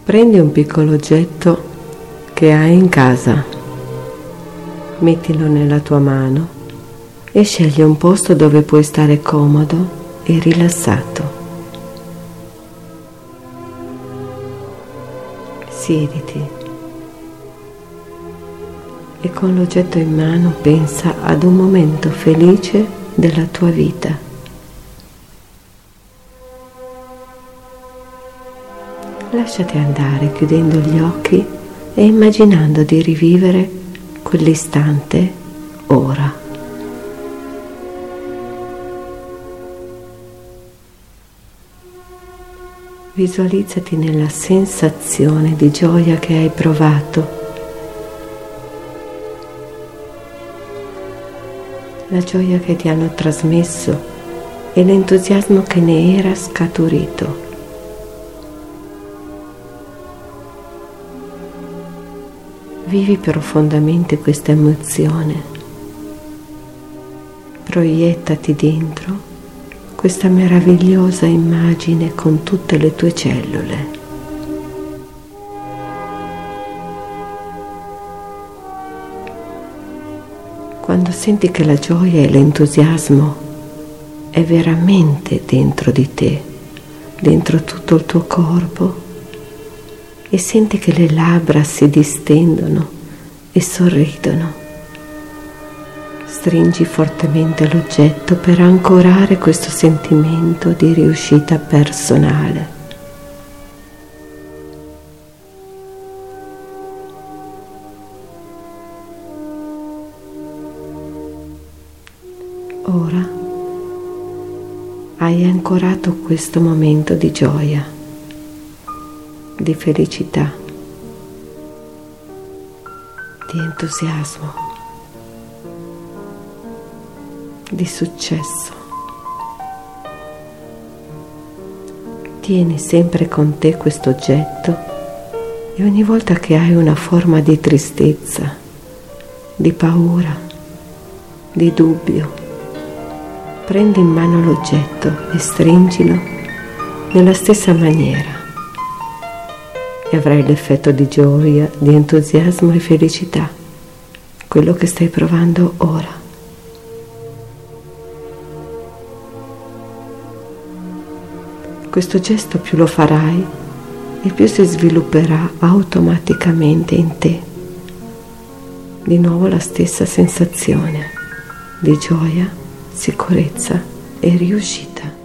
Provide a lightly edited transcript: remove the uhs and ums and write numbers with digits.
Prendi un piccolo oggetto che hai in casa, mettilo nella tua mano e scegli un posto dove puoi stare comodo e rilassato. Siediti e con l'oggetto in mano pensa ad un momento felice della tua vita. Lasciati andare chiudendo gli occhi e immaginando di rivivere quell'istante ora. Visualizzati nella sensazione di gioia che hai provato, la gioia che ti hanno trasmesso e l'entusiasmo che ne era scaturito. Vivi profondamente questa emozione, proiettati dentro questa meravigliosa immagine con tutte le tue cellule. Quando senti che la gioia e l'entusiasmo è veramente dentro di te, dentro tutto il tuo corpo, e senti che le labbra si distendono e sorridono, stringi fortemente l'oggetto per ancorare questo sentimento di riuscita personale. Ora hai ancorato questo momento di gioia, di felicità, di entusiasmo, di successo. Tieni sempre con te questo oggetto e ogni volta che hai una forma di tristezza, di paura, di dubbio, prendi in mano l'oggetto e stringilo nella stessa maniera. E avrai l'effetto di gioia, di entusiasmo e felicità, quello che stai provando ora. Questo gesto più lo farai e più si svilupperà automaticamente in te. Di nuovo la stessa sensazione di gioia, sicurezza e riuscita.